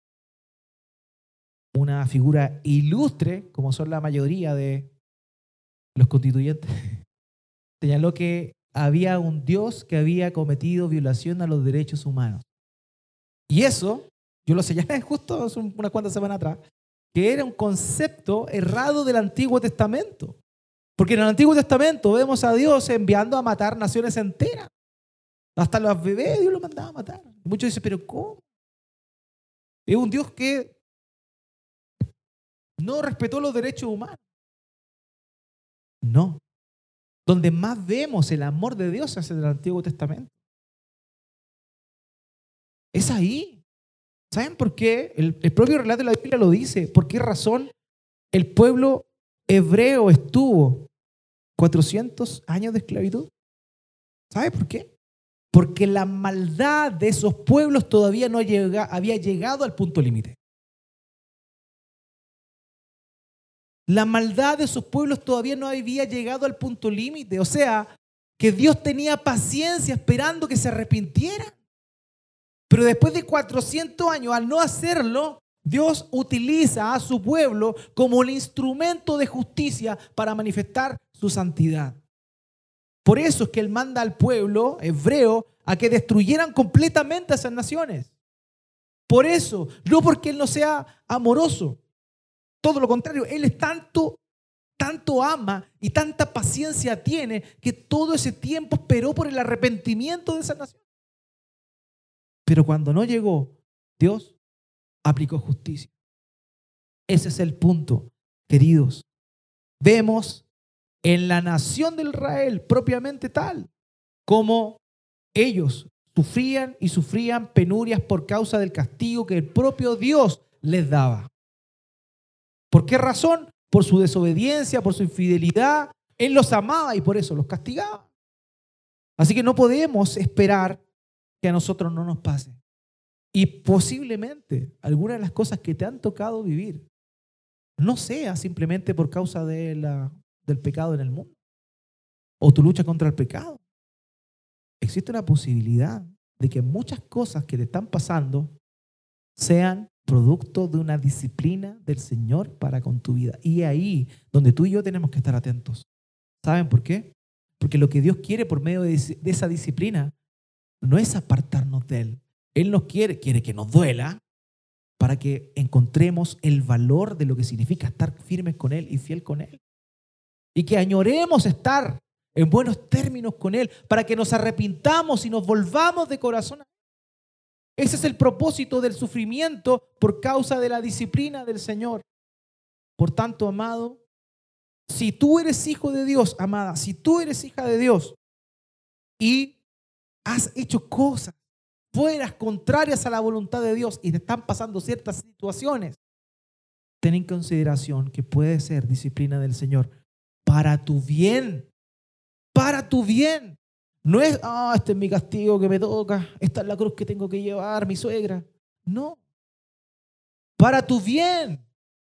una figura ilustre, como son la mayoría de los constituyentes, señaló que había un Dios que había cometido violación a los derechos humanos. Y eso, yo lo señalé justo hace unas cuantas semanas atrás, que era un concepto errado del Antiguo Testamento. Porque en el Antiguo Testamento vemos a Dios enviando a matar naciones enteras. Hasta los bebés Dios los mandaba a matar. Muchos dicen, pero ¿cómo? Es un Dios que no respetó los derechos humanos. No. Donde más vemos el amor de Dios es en el Antiguo Testamento. Es ahí. ¿Saben por qué? El propio relato de la Biblia lo dice. ¿Por qué razón el pueblo hebreo estuvo 400 años de esclavitud? ¿Sabe por qué? Porque la maldad de esos pueblos todavía no había llegado al punto límite. La maldad de esos pueblos todavía no había llegado al punto límite. O sea, que Dios tenía paciencia esperando que se arrepintieran. Pero después de 400 años, al no hacerlo, Dios utiliza a su pueblo como el instrumento de justicia para manifestar su santidad. Por eso es que Él manda al pueblo hebreo a que destruyeran completamente a esas naciones. Por eso, no porque Él no sea amoroso. Todo lo contrario, Él es tanto ama y tanta paciencia tiene que todo ese tiempo esperó por el arrepentimiento de esa nación. Pero cuando no llegó, Dios aplicó justicia. Ese es el punto, queridos. Vemos en la nación de Israel propiamente tal, como ellos sufrían y sufrían penurias por causa del castigo que el propio Dios les daba. ¿Por qué razón? Por su desobediencia, por su infidelidad. Él los amaba y por eso los castigaba. Así que no podemos esperar que a nosotros no nos pase. Y posiblemente algunas de las cosas que te han tocado vivir no sea simplemente por causa del pecado en el mundo o tu lucha contra el pecado. Existe una posibilidad de que muchas cosas que te están pasando sean producto de una disciplina del Señor para con tu vida. Y ahí donde tú y yo tenemos que estar atentos. ¿Saben por qué? Porque lo que Dios quiere por medio de esa disciplina no es apartarnos de Él. Él nos quiere que nos duela, para que encontremos el valor de lo que significa estar firmes con Él y fiel con Él. Y que añoremos estar en buenos términos con Él, para que nos arrepintamos y nos volvamos de corazón. Ese es el propósito del sufrimiento por causa de la disciplina del Señor. Por tanto, amado, si tú eres hijo de Dios, amada, si tú eres hija de Dios y has hecho cosas fueras contrarias a la voluntad de Dios y te están pasando ciertas situaciones, ten en consideración que puede ser disciplina del Señor para tu bien. Para tu bien. No es, este es mi castigo que me toca, esta es la cruz que tengo que llevar, mi suegra. No. Para tu bien.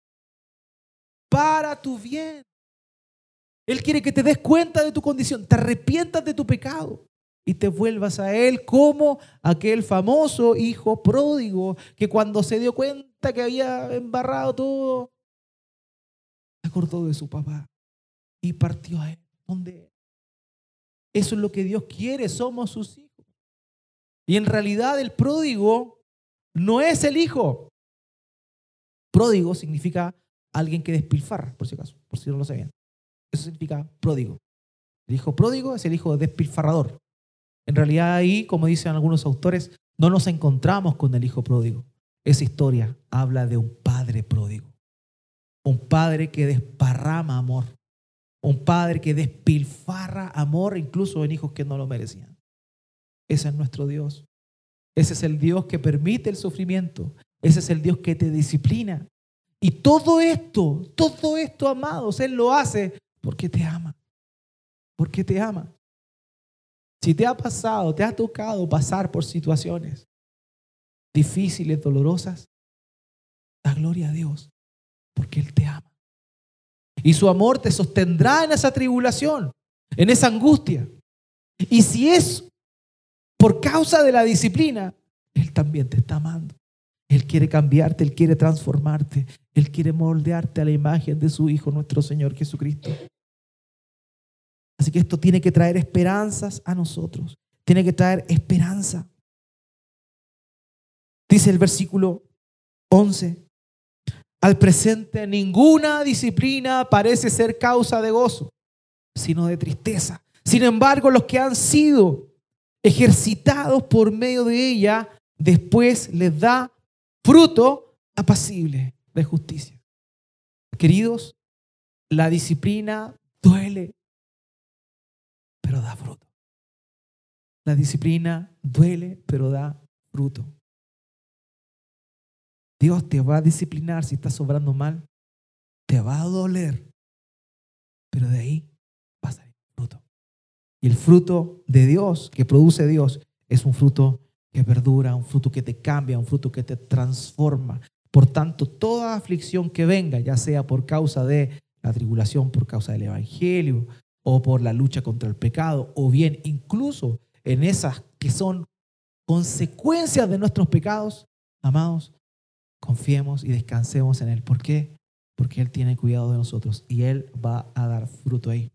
Para tu bien. Él quiere que te des cuenta de tu condición, te arrepientas de tu pecado y te vuelvas a Él como aquel famoso hijo pródigo que cuando se dio cuenta que había embarrado todo, se acordó de su papá y partió a Él. ¿Dónde? Eso es lo que Dios quiere, somos sus hijos. Y en realidad el pródigo no es el hijo. Pródigo significa alguien que despilfarra, por si acaso, por si no lo sabían. Eso significa pródigo. El hijo pródigo es el hijo despilfarrador. En realidad ahí, como dicen algunos autores, no nos encontramos con el hijo pródigo. Esa historia habla de un padre pródigo. Un padre que desparrama amor. Un padre que despilfarra amor incluso en hijos que no lo merecían. Ese es nuestro Dios. Ese es el Dios que permite el sufrimiento. Ese es el Dios que te disciplina. Y todo esto, amados, Él lo hace porque te ama. Porque te ama. Si te ha pasado, te ha tocado pasar por situaciones difíciles, dolorosas, da gloria a Dios porque Él te ama. Y su amor te sostendrá en esa tribulación, en esa angustia. Y si es por causa de la disciplina, Él también te está amando. Él quiere cambiarte, Él quiere transformarte, Él quiere moldearte a la imagen de su Hijo, nuestro Señor Jesucristo. Así que esto tiene que traer esperanzas a nosotros. Tiene que traer esperanza. Dice el versículo 11. Al presente ninguna disciplina parece ser causa de gozo, sino de tristeza. Sin embargo, los que han sido ejercitados por medio de ella, después les da fruto apacible de justicia. Queridos, la disciplina duele, pero da fruto. La disciplina duele, pero da fruto. Dios te va a disciplinar si estás obrando mal. Te va a doler. Pero de ahí va a salir fruto. Y el fruto de Dios, que produce Dios, es un fruto que perdura, un fruto que te cambia, un fruto que te transforma. Por tanto, toda aflicción que venga, ya sea por causa de la tribulación, por causa del evangelio, o por la lucha contra el pecado, o bien incluso en esas que son consecuencias de nuestros pecados, amados, confiemos y descansemos en Él. ¿Por qué? Porque Él tiene cuidado de nosotros y Él va a dar fruto ahí.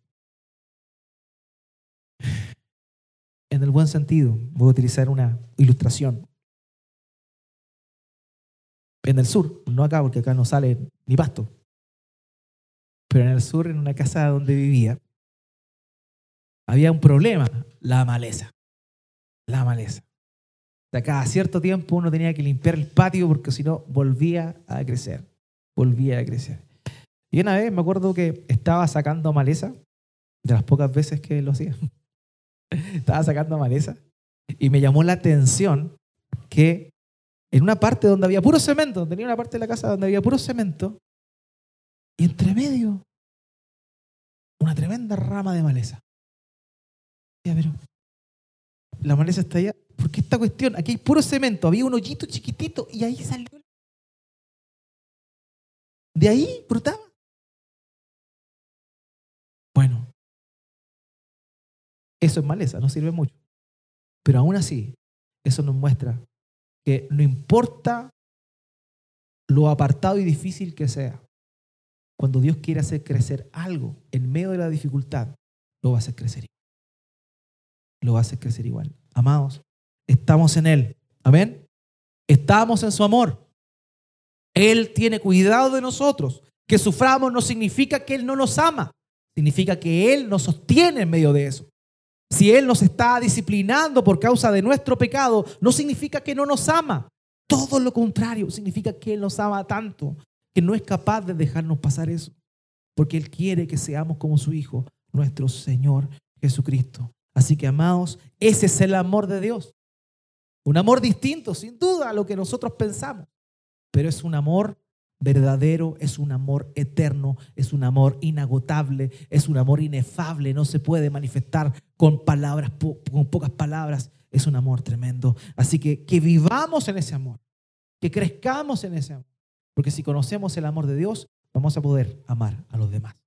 En el buen sentido, voy a utilizar una ilustración. En el sur, no acá porque acá no sale ni pasto, pero en el sur, en una casa donde vivía, había un problema, la maleza. La maleza. De cada cierto tiempo uno tenía que limpiar el patio porque si no volvía a crecer. Volvía a crecer. Y una vez me acuerdo que estaba sacando maleza, de las pocas veces que lo hacía. Estaba sacando maleza y me llamó la atención que en una parte donde había puro cemento, tenía una parte de la casa donde había puro cemento y entre medio una tremenda rama de maleza. Ya, pero la maleza está allá. ¿Por qué esta cuestión? Aquí hay puro cemento, había un hoyito chiquitito y ahí salió. De ahí brotaba. Bueno, eso es maleza, no sirve mucho. Pero aún así, eso nos muestra que no importa lo apartado y difícil que sea, cuando Dios quiere hacer crecer algo en medio de la dificultad, lo va a hacer crecer igual. Lo va a hacer crecer igual. Amados, estamos en Él. Amén. Estamos en su amor. Él tiene cuidado de nosotros. Que suframos no significa que Él no nos ama. Significa que Él nos sostiene en medio de eso. Si Él nos está disciplinando por causa de nuestro pecado, no significa que no nos ama. Todo lo contrario, significa que Él nos ama tanto que no es capaz de dejarnos pasar eso. Porque Él quiere que seamos como su Hijo, nuestro Señor Jesucristo. Así que, amados, ese es el amor de Dios. Un amor distinto, sin duda, a lo que nosotros pensamos. Pero es un amor verdadero, es un amor eterno, es un amor inagotable, es un amor inefable. No se puede manifestar con palabras, con pocas palabras. Es un amor tremendo. Así que vivamos en ese amor, que crezcamos en ese amor. Porque si conocemos el amor de Dios, vamos a poder amar a los demás.